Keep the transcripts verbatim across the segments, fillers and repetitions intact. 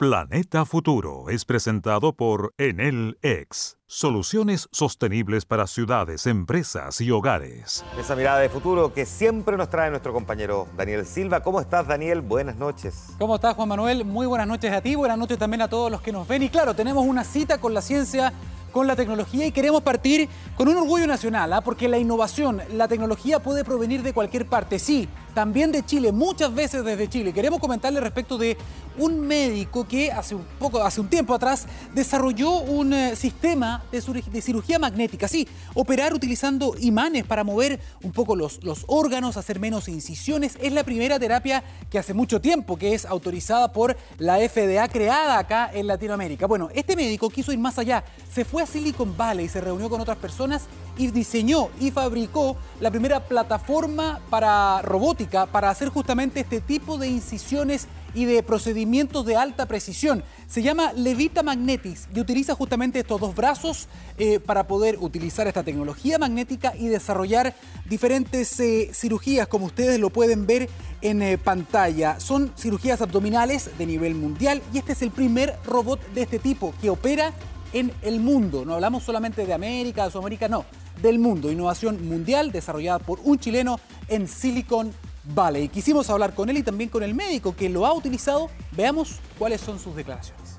Planeta Futuro es presentado por Enel X, soluciones sostenibles para ciudades, empresas y hogares. Esa mirada de futuro que siempre nos trae nuestro compañero Daniel Silva. ¿Cómo estás, Daniel? Buenas noches. ¿Cómo estás, Juan Manuel? Muy buenas noches a ti, buenas noches también a todos los que nos ven. Y claro, tenemos una cita con la ciencia, con la tecnología, y queremos partir con un orgullo nacional, ¿eh? Porque la innovación, la tecnología puede provenir de cualquier parte, sí, también de Chile, muchas veces desde Chile. Queremos comentarle respecto de un médico que hace un poco, hace un tiempo atrás desarrolló un eh, sistema de, de cirugía magnética, sí, operar utilizando imanes para mover un poco los, los órganos, hacer menos incisiones. Es la primera terapia que hace mucho tiempo que es autorizada por la F D A, creada acá en Latinoamérica. Bueno, este médico quiso ir más allá, se fue a Silicon Valley, se reunió con otras personas y diseñó y fabricó la primera plataforma para robótica para hacer justamente este tipo de incisiones y de procedimientos de alta precisión. Se llama Levita Magnetics y utiliza justamente estos dos brazos eh, para poder utilizar esta tecnología magnética y desarrollar diferentes eh, cirugías, como ustedes lo pueden ver en eh, pantalla. Son cirugías abdominales de nivel mundial y este es el primer robot de este tipo que opera en el mundo. No hablamos solamente de América, de Sudamérica, no, del mundo. Innovación mundial desarrollada por un chileno en Silicon Valley. Quisimos hablar con él y también con el médico que lo ha utilizado. Veamos cuáles son sus declaraciones.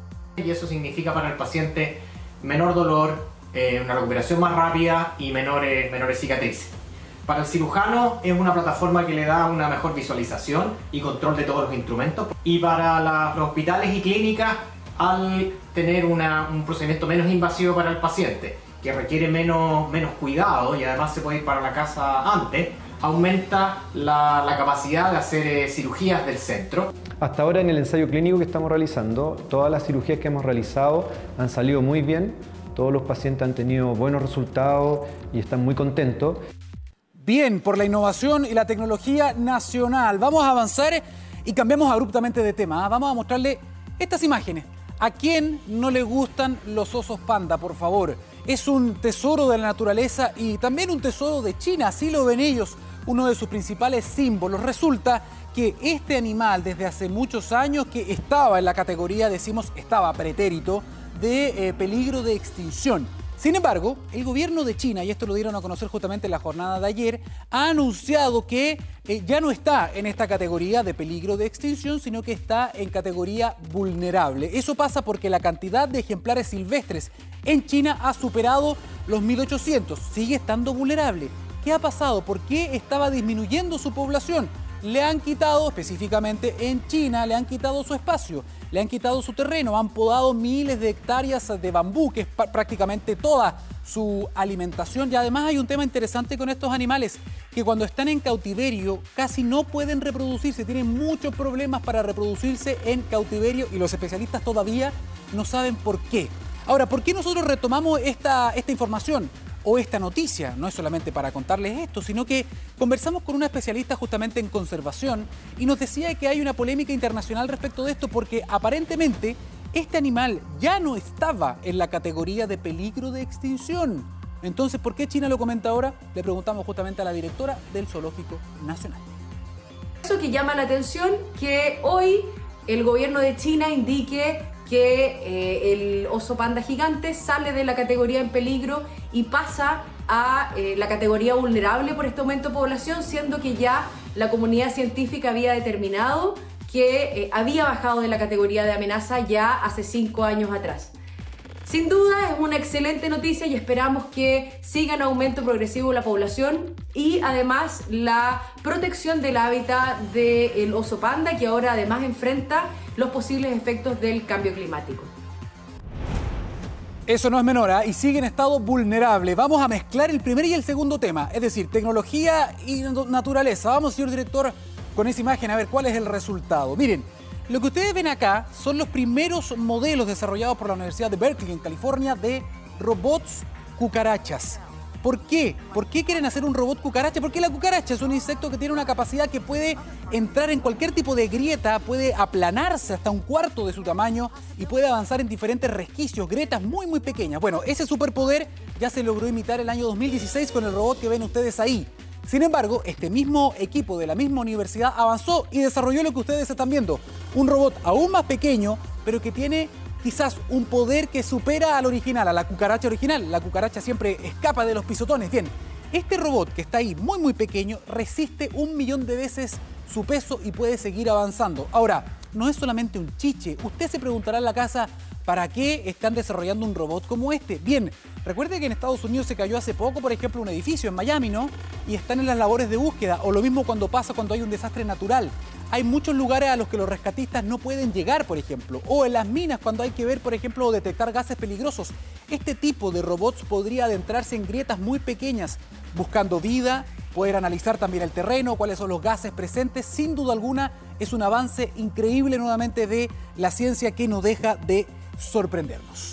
Y eso significa para el paciente menor dolor, eh, una recuperación más rápida y menores, menores cicatrices. Para el cirujano es una plataforma que le da una mejor visualización y control de todos los instrumentos. Y para la, los hospitales y clínicas, al tener una, un procedimiento menos invasivo para el paciente, que requiere menos, menos cuidado y además se puede ir para la casa antes, aumenta la, la capacidad de hacer eh, cirugías del centro. Hasta ahora en el ensayo clínico que estamos realizando, todas las cirugías que hemos realizado han salido muy bien, todos los pacientes han tenido buenos resultados y están muy contentos. Bien, por la innovación y la tecnología nacional. Vamos a avanzar y cambiamos abruptamente de tema, ¿eh? Vamos a mostrarle estas imágenes. ¿A quién no le gustan los osos panda, por favor? Es un tesoro de la naturaleza y también un tesoro de China, así lo ven ellos, uno de sus principales símbolos. Resulta que este animal desde hace muchos años que estaba en la categoría, decimos, estaba pretérito, de eh, peligro de extinción. Sin embargo, el gobierno de China, y esto lo dieron a conocer justamente en la jornada de ayer, ha anunciado que eh, ya no está en esta categoría de peligro de extinción, sino que está en categoría vulnerable. Eso pasa porque la cantidad de ejemplares silvestres en China ha superado los mil ochocientos. Sigue estando vulnerable. ¿Qué ha pasado? ¿Por qué estaba disminuyendo su población? Le han quitado, específicamente en China, le han quitado su espacio, le han quitado su terreno, han podado miles de hectáreas de bambú, que es prácticamente toda su alimentación. Y además hay un tema interesante con estos animales, que cuando están en cautiverio casi no pueden reproducirse, tienen muchos problemas para reproducirse en cautiverio y los especialistas todavía no saben por qué. Ahora, ¿por qué nosotros retomamos esta, esta información? O esta noticia, no es solamente para contarles esto, sino que conversamos con una especialista justamente en conservación y nos decía que hay una polémica internacional respecto de esto porque aparentemente este animal ya no estaba en la categoría de peligro de extinción. Entonces, ¿por qué China lo comenta ahora? Le preguntamos justamente a la directora del Zoológico Nacional. Eso que llama la atención, que hoy el gobierno de China indique que eh, el oso panda gigante sale de la categoría en peligro y pasa a eh, la categoría vulnerable por este aumento de población, siendo que ya la comunidad científica había determinado que eh, había bajado de la categoría de amenaza ya hace cinco años atrás. Sin duda es una excelente noticia y esperamos que siga en aumento progresivo la población y además la protección del hábitat del oso panda, que ahora además enfrenta los posibles efectos del cambio climático. Eso no es menor, ¿eh? Y sigue en estado vulnerable. Vamos a mezclar el primer y el segundo tema, es decir, tecnología y naturaleza. Vamos, señor director, con esa imagen a ver cuál es el resultado. Miren, lo que ustedes ven acá son los primeros modelos desarrollados por la Universidad de Berkeley, en California, de robots cucarachas. ¿Por qué? ¿Por qué quieren hacer un robot cucaracha? Porque la cucaracha es un insecto que tiene una capacidad que puede entrar en cualquier tipo de grieta, puede aplanarse hasta un cuarto de su tamaño y puede avanzar en diferentes resquicios, grietas muy muy pequeñas. Bueno, ese superpoder ya se logró imitar el año dos mil dieciséis con el robot que ven ustedes ahí. Sin embargo, este mismo equipo de la misma universidad avanzó y desarrolló lo que ustedes están viendo, un robot aún más pequeño pero que tiene quizás un poder que supera al original, a la cucaracha original. La cucaracha siempre escapa de los pisotones. Bien, este robot que está ahí muy muy pequeño resiste un millón de veces su peso y puede seguir avanzando. Ahora, no es solamente un chiche. Usted se preguntará en la casa, ¿para qué están desarrollando un robot como este? Bien, recuerde que en Estados Unidos se cayó hace poco, por ejemplo, un edificio en Miami, ¿no? Y están en las labores de búsqueda, o lo mismo cuando pasa cuando hay un desastre natural. Hay muchos lugares a los que los rescatistas no pueden llegar, por ejemplo, o en las minas cuando hay que ver, por ejemplo, o detectar gases peligrosos. Este tipo de robots podría adentrarse en grietas muy pequeñas, buscando vida, poder analizar también el terreno, cuáles son los gases presentes. Sin duda alguna, es un avance increíble nuevamente de la ciencia que no deja de sorprendernos.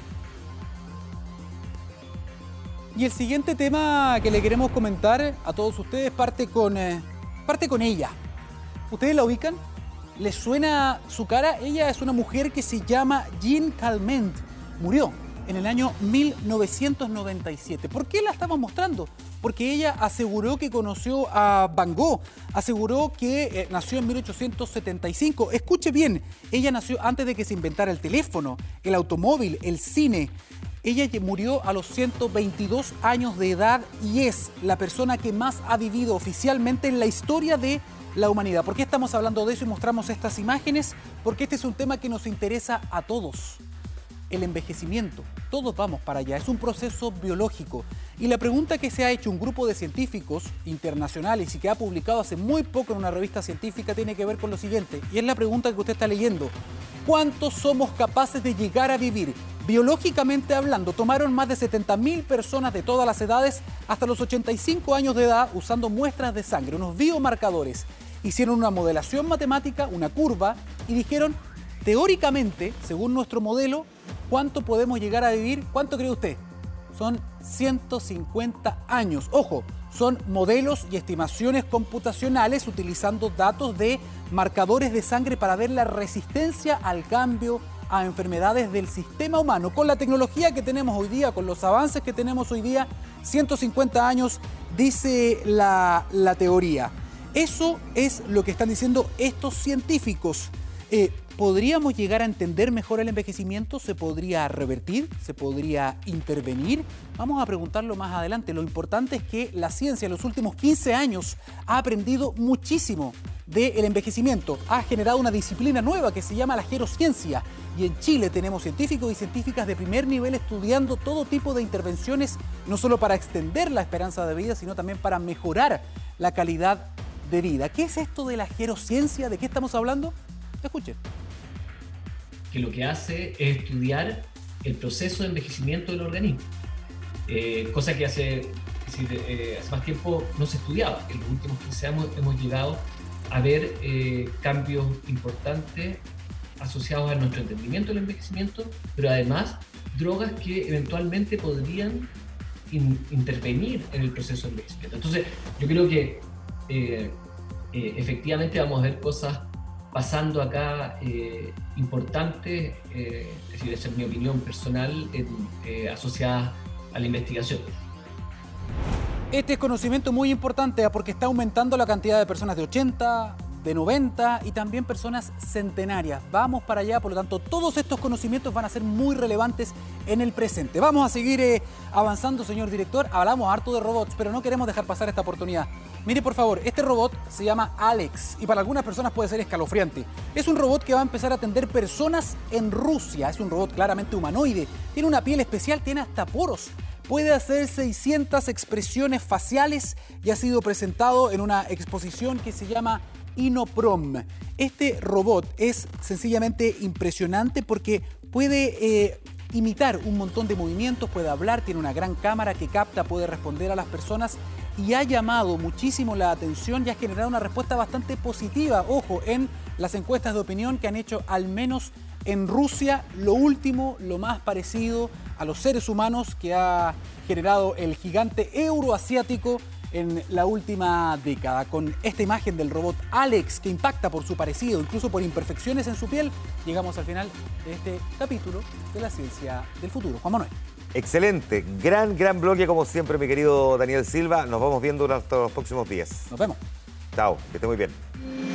Y el siguiente tema que le queremos comentar a todos ustedes parte con, eh, parte con ella. ¿Ustedes la ubican? ¿Les suena su cara? Ella es una mujer que se llama Jeanne Calment. Murió en el año mil novecientos noventa y siete. ¿Por qué la estamos mostrando? Porque ella aseguró que conoció a Van Gogh, aseguró que eh, nació en mil ochocientos setenta y cinco. Escuche bien, ella nació antes de que se inventara el teléfono, el automóvil, el cine. Ella murió a los ciento veintidós años de edad y es la persona que más ha vivido oficialmente en la historia de la humanidad. ¿Por qué estamos hablando de eso y mostramos estas imágenes? Porque este es un tema que nos interesa a todos. El envejecimiento. Todos vamos para allá. Es un proceso biológico. Y la pregunta que se ha hecho un grupo de científicos internacionales y que ha publicado hace muy poco en una revista científica tiene que ver con lo siguiente. Y es la pregunta que usted está leyendo. ¿Cuántos somos capaces de llegar a vivir? Biológicamente hablando, tomaron más de setenta mil personas de todas las edades hasta los ochenta y cinco años de edad usando muestras de sangre, unos biomarcadores. Hicieron una modelación matemática, una curva, y dijeron, teóricamente, según nuestro modelo, ¿cuánto podemos llegar a vivir? ¿Cuánto cree usted? Son ciento cincuenta años. Ojo, son modelos y estimaciones computacionales utilizando datos de marcadores de sangre para ver la resistencia al cambio, a enfermedades del sistema humano. Con la tecnología que tenemos hoy día, con los avances que tenemos hoy día, ciento cincuenta años, dice la, la teoría. Eso es lo que están diciendo estos científicos. Eh, ¿Podríamos llegar a entender mejor el envejecimiento? ¿Se podría revertir? ¿Se podría intervenir? Vamos a preguntarlo más adelante. Lo importante es que la ciencia en los últimos quince años ha aprendido muchísimo del envejecimiento. Ha generado una disciplina nueva que se llama la gerociencia. Y en Chile tenemos científicos y científicas de primer nivel estudiando todo tipo de intervenciones, no solo para extender la esperanza de vida, sino también para mejorar la calidad de vida. ¿Qué es esto de la gerociencia? ¿De qué estamos hablando? Escuchen. Que lo que hace es estudiar el proceso de envejecimiento del organismo, eh, cosa que hace, es decir, eh, hace más tiempo no se estudiaba. En los últimos quince años hemos llegado a ver eh, cambios importantes asociados a nuestro entendimiento del envejecimiento, pero además drogas que eventualmente podrían in, intervenir en el proceso de envejecimiento. Entonces, yo creo que eh, eh, efectivamente vamos a ver cosas pasando acá eh, importantes, eh, es decir, esa es mi opinión personal, en, eh, asociada a la investigación. Este es conocimiento muy importante porque está aumentando la cantidad de personas de ochenta, de noventa y también personas centenarias. Vamos para allá, por lo tanto, todos estos conocimientos van a ser muy relevantes en el presente. Vamos a seguir eh, avanzando, señor director. Hablamos harto de robots, pero no queremos dejar pasar esta oportunidad. Mire, por favor, este robot se llama Alex y para algunas personas puede ser escalofriante. Es un robot que va a empezar a atender personas en Rusia. Es un robot claramente humanoide. Tiene una piel especial, tiene hasta poros. Puede hacer seiscientas expresiones faciales y ha sido presentado en una exposición que se llama Inoprom. Este robot es sencillamente impresionante porque puede eh, imitar un montón de movimientos, puede hablar, tiene una gran cámara que capta, puede responder a las personas y ha llamado muchísimo la atención y ha generado una respuesta bastante positiva, ojo, en las encuestas de opinión que han hecho al menos en Rusia, lo último, lo más parecido a los seres humanos que ha generado el gigante euroasiático en la última década. Con esta imagen del robot Alex, que impacta por su parecido, incluso por imperfecciones en su piel, llegamos al final de este capítulo de la ciencia del futuro. Juan Manuel. Excelente, gran, gran bloque como siempre, mi querido Daniel Silva. Nos vamos viendo durante los próximos días. Nos vemos. Chao, que esté muy bien.